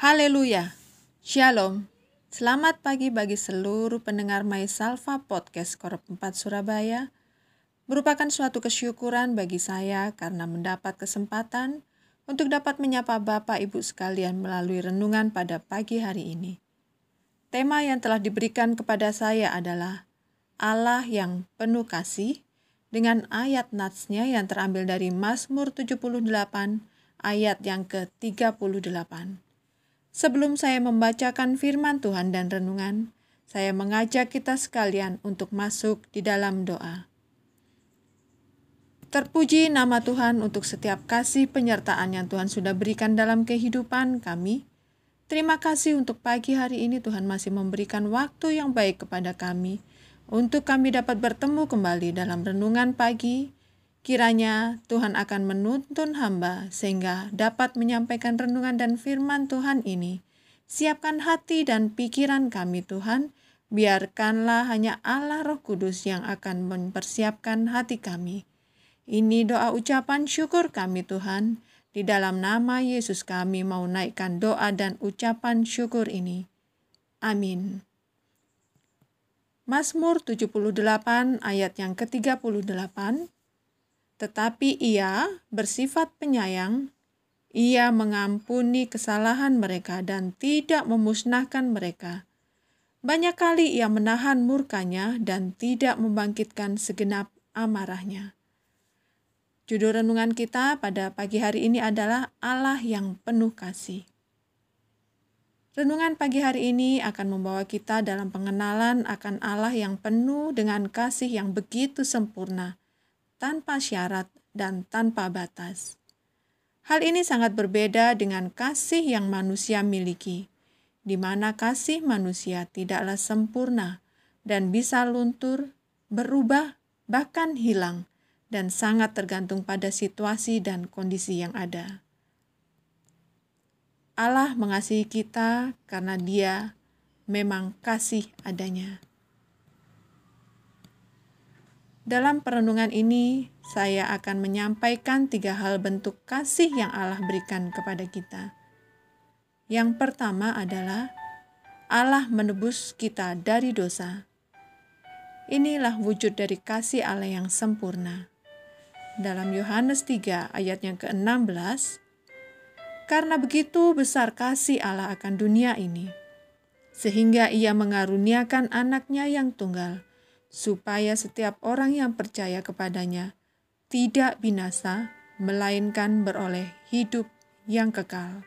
Haleluya, Shalom. Selamat pagi bagi seluruh pendengar My Salva Podcast Korep 4 Surabaya. Merupakan suatu kesyukuran bagi saya karena mendapat kesempatan untuk dapat menyapa Bapak Ibu sekalian melalui renungan pada pagi hari ini. Tema yang telah diberikan kepada saya adalah Allah yang penuh kasih dengan ayat natsnya yang terambil dari Mazmur 78 ayat yang ke-38. Sebelum saya membacakan firman Tuhan dan renungan, saya mengajak kita sekalian untuk masuk di dalam doa. Terpuji nama Tuhan untuk setiap kasih penyertaan yang Tuhan sudah berikan dalam kehidupan kami. Terima kasih untuk pagi hari ini Tuhan masih memberikan waktu yang baik kepada kami, untuk kami dapat bertemu kembali dalam renungan pagi. Kiranya Tuhan akan menuntun hamba sehingga dapat menyampaikan renungan dan firman Tuhan ini. Siapkan hati dan pikiran kami Tuhan, biarkanlah hanya Allah Roh Kudus yang akan mempersiapkan hati kami. Ini doa ucapan syukur kami Tuhan, di dalam nama Yesus kami mau naikkan doa dan ucapan syukur ini. Amin. Mazmur 78 ayat yang ke-38. Tetapi Ia bersifat penyayang, Ia mengampuni kesalahan mereka dan tidak memusnahkan mereka. Banyak kali Ia menahan murkanya dan tidak membangkitkan segenap amarahnya. Judul renungan kita pada pagi hari ini adalah Allah yang penuh kasih. Renungan pagi hari ini akan membawa kita dalam pengenalan akan Allah yang penuh dengan kasih yang begitu sempurna, tanpa syarat dan tanpa batas. Hal ini sangat berbeda dengan kasih yang manusia miliki, di mana kasih manusia tidaklah sempurna dan bisa luntur, berubah, bahkan hilang, dan sangat tergantung pada situasi dan kondisi yang ada. Allah mengasihi kita karena Dia memang kasih adanya. Dalam perenungan ini, saya akan menyampaikan 3 hal bentuk kasih yang Allah berikan kepada kita. Yang pertama adalah Allah menebus kita dari dosa. Inilah wujud dari kasih Allah yang sempurna. Dalam Yohanes 3 ayat yang ke-16, karena begitu besar kasih Allah akan dunia ini, sehingga Ia mengaruniakan anaknya yang tunggal, supaya setiap orang yang percaya kepadanya tidak binasa, melainkan beroleh hidup yang kekal.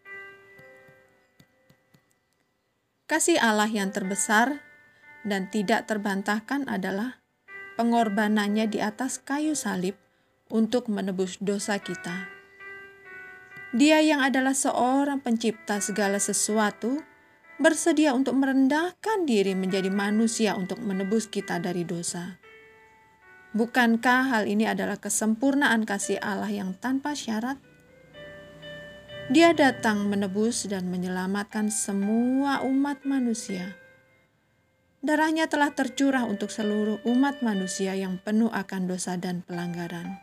Kasih Allah yang terbesar dan tidak terbantahkan adalah pengorbanannya di atas kayu salib untuk menebus dosa kita. Dia yang adalah seorang pencipta segala sesuatu, bersedia untuk merendahkan diri menjadi manusia untuk menebus kita dari dosa. Bukankah hal ini adalah kesempurnaan kasih Allah yang tanpa syarat? Dia datang menebus dan menyelamatkan semua umat manusia. Darahnya telah tercurah untuk seluruh umat manusia yang penuh akan dosa dan pelanggaran.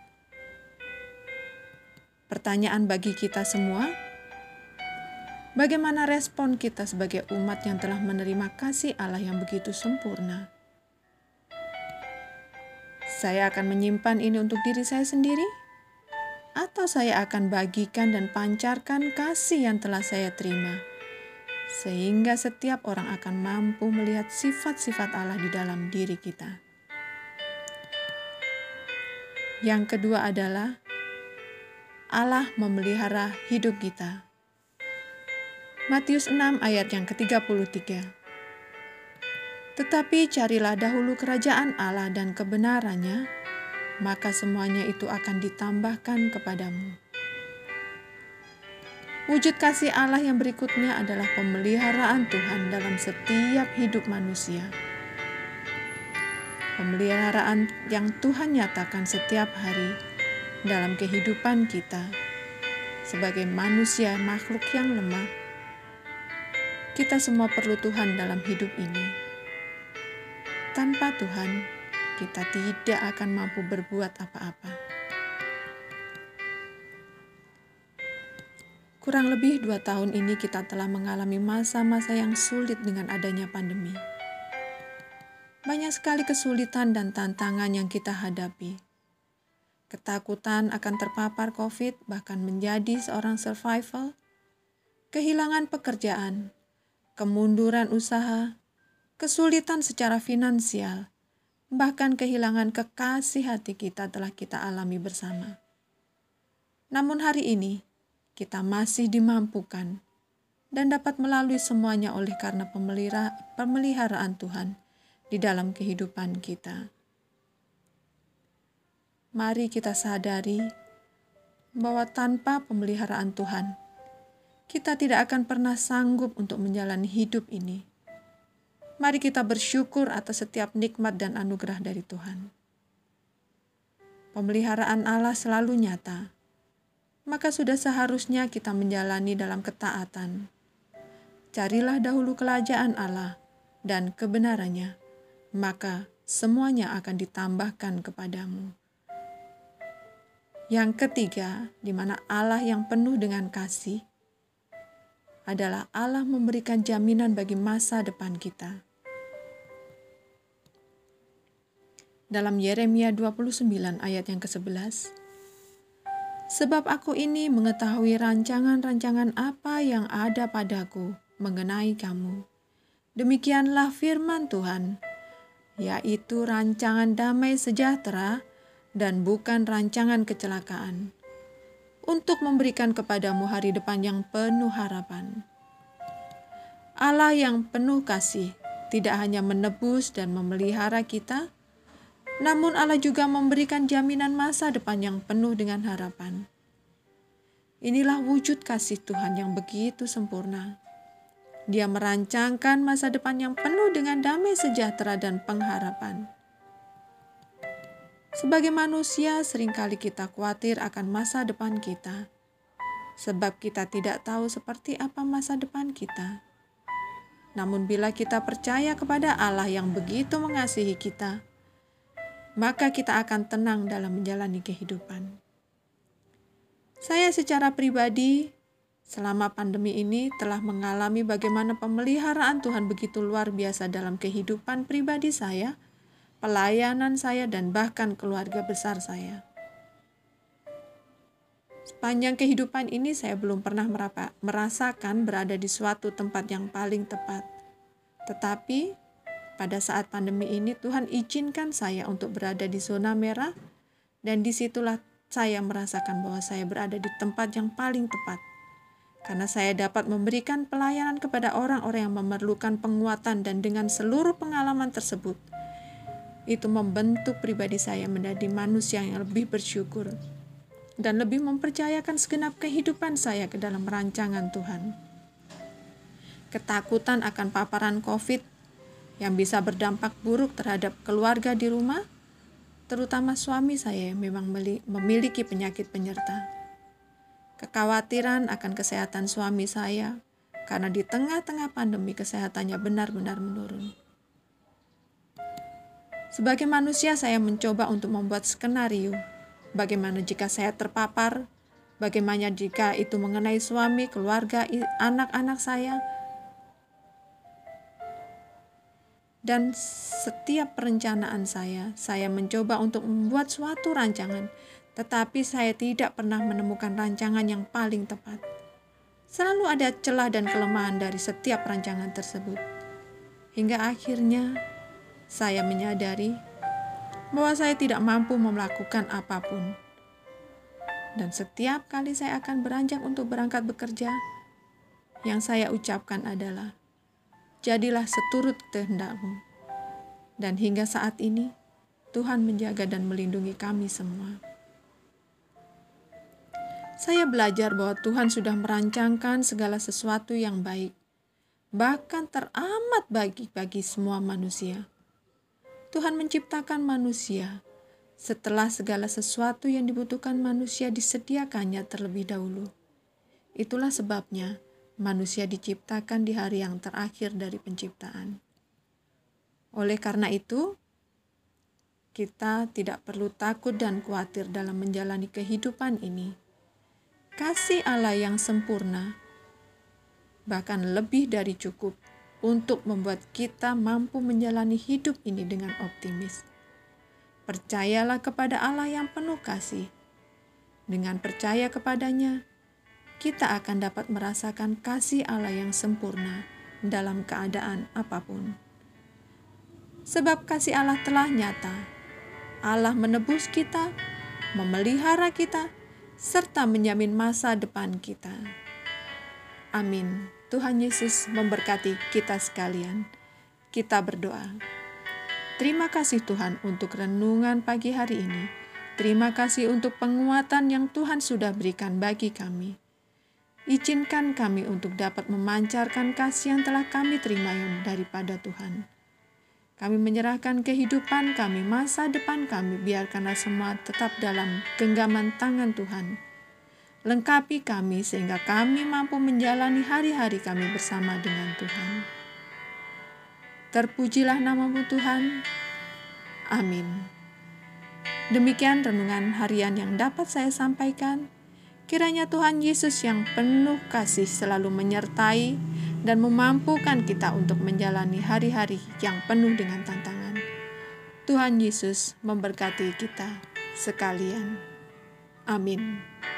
Pertanyaan bagi kita semua, bagaimana respon kita sebagai umat yang telah menerima kasih Allah yang begitu sempurna? Saya akan menyimpan ini untuk diri saya sendiri, atau saya akan bagikan dan pancarkan kasih yang telah saya terima, sehingga setiap orang akan mampu melihat sifat-sifat Allah di dalam diri kita. Yang kedua adalah Allah memelihara hidup kita. Matius 6 ayat yang ke-33. Tetapi carilah dahulu kerajaan Allah dan kebenarannya, maka semuanya itu akan ditambahkan kepadamu. Wujud kasih Allah yang berikutnya adalah pemeliharaan Tuhan dalam setiap hidup manusia. Pemeliharaan yang Tuhan nyatakan setiap hari dalam kehidupan kita sebagai manusia makhluk yang lemah. Kita semua perlu Tuhan dalam hidup ini. Tanpa Tuhan, kita tidak akan mampu berbuat apa-apa. Kurang lebih 2 tahun ini kita telah mengalami masa-masa yang sulit dengan adanya pandemi. Banyak sekali kesulitan dan tantangan yang kita hadapi. Ketakutan akan terpapar COVID bahkan menjadi seorang survival, kehilangan pekerjaan, kemunduran usaha, kesulitan secara finansial, bahkan kehilangan kekasih hati kita telah kita alami bersama. Namun hari ini, kita masih dimampukan dan dapat melalui semuanya oleh karena pemeliharaan Tuhan di dalam kehidupan kita. Mari kita sadari bahwa tanpa pemeliharaan Tuhan, kita tidak akan pernah sanggup untuk menjalani hidup ini. Mari kita bersyukur atas setiap nikmat dan anugerah dari Tuhan. Pemeliharaan Allah selalu nyata, maka sudah seharusnya kita menjalani dalam ketaatan. Carilah dahulu kerajaan Allah dan kebenarannya, maka semuanya akan ditambahkan kepadamu. Yang ketiga, di mana Allah yang penuh dengan kasih, adalah Allah memberikan jaminan bagi masa depan kita. Dalam Yeremia 29 ayat yang ke-11, sebab aku ini mengetahui rancangan-rancangan apa yang ada padaku mengenai kamu. Demikianlah firman Tuhan, yaitu rancangan damai sejahtera dan bukan rancangan kecelakaan, untuk memberikan kepadamu hari depan yang penuh harapan. Allah yang penuh kasih tidak hanya menebus dan memelihara kita, namun Allah juga memberikan jaminan masa depan yang penuh dengan harapan. Inilah wujud kasih Tuhan yang begitu sempurna. Dia merancangkan masa depan yang penuh dengan damai sejahtera dan pengharapan. Sebagai manusia, seringkali kita khawatir akan masa depan kita, sebab kita tidak tahu seperti apa masa depan kita. Namun bila kita percaya kepada Allah yang begitu mengasihi kita, maka kita akan tenang dalam menjalani kehidupan. Saya secara pribadi selama pandemi ini telah mengalami bagaimana pemeliharaan Tuhan begitu luar biasa dalam kehidupan pribadi saya, pelayanan saya, dan bahkan keluarga besar saya. Sepanjang kehidupan ini saya belum pernah merasakan berada di suatu tempat yang paling tepat. Tetapi pada saat pandemi ini Tuhan izinkan saya untuk berada di zona merah, dan disitulah saya merasakan bahwa saya berada di tempat yang paling tepat. Karena saya dapat memberikan pelayanan kepada orang-orang yang memerlukan penguatan, dan dengan seluruh pengalaman tersebut, itu membentuk pribadi saya menjadi manusia yang lebih bersyukur dan lebih mempercayakan segenap kehidupan saya ke dalam rancangan Tuhan. Ketakutan akan paparan COVID yang bisa berdampak buruk terhadap keluarga di rumah, terutama suami saya yang memang memiliki penyakit penyerta. Kekhawatiran akan kesehatan suami saya, karena di tengah-tengah pandemi kesehatannya benar-benar menurun. Sebagai manusia, saya mencoba untuk membuat skenario, bagaimana jika saya terpapar, bagaimana jika itu mengenai suami, keluarga, anak-anak saya. Dan setiap perencanaan saya mencoba untuk membuat suatu rancangan, tetapi saya tidak pernah menemukan rancangan yang paling tepat. Selalu ada celah dan kelemahan dari setiap rancangan tersebut. Hingga akhirnya saya menyadari bahwa saya tidak mampu melakukan apapun. Dan setiap kali saya akan beranjak untuk berangkat bekerja, yang saya ucapkan adalah, jadilah seturut kehendak-Mu. Dan hingga saat ini, Tuhan menjaga dan melindungi kami semua. Saya belajar bahwa Tuhan sudah merancangkan segala sesuatu yang baik, bahkan teramat baik bagi semua manusia. Tuhan menciptakan manusia setelah segala sesuatu yang dibutuhkan manusia disediakannya terlebih dahulu. Itulah sebabnya manusia diciptakan di hari yang terakhir dari penciptaan. Oleh karena itu, kita tidak perlu takut dan khawatir dalam menjalani kehidupan ini. kasih Allah yang sempurna, bahkan lebih dari cukup untuk membuat kita mampu menjalani hidup ini dengan optimis. Percayalah kepada Allah yang penuh kasih. Dengan percaya kepadanya, kita akan dapat merasakan kasih Allah yang sempurna dalam keadaan apapun. Sebab kasih Allah telah nyata. Allah menebus kita, memelihara kita, serta menjamin masa depan kita. Amin. Tuhan Yesus memberkati kita sekalian. Kita berdoa. Terima kasih Tuhan untuk renungan pagi hari ini. Terima kasih untuk penguatan yang Tuhan sudah berikan bagi kami. Izinkan kami untuk dapat memancarkan kasih yang telah kami terima daripada Tuhan. Kami menyerahkan kehidupan kami, masa depan kami, biarkanlah semua tetap dalam genggaman tangan Tuhan. Lengkapi kami sehingga kami mampu menjalani hari-hari kami bersama dengan Tuhan. Terpujilah nama-Mu Tuhan. Amin. Demikian renungan harian yang dapat saya sampaikan. Kiranya Tuhan Yesus yang penuh kasih selalu menyertai dan memampukan kita untuk menjalani hari-hari yang penuh dengan tantangan. Tuhan Yesus memberkati kita sekalian. Amin.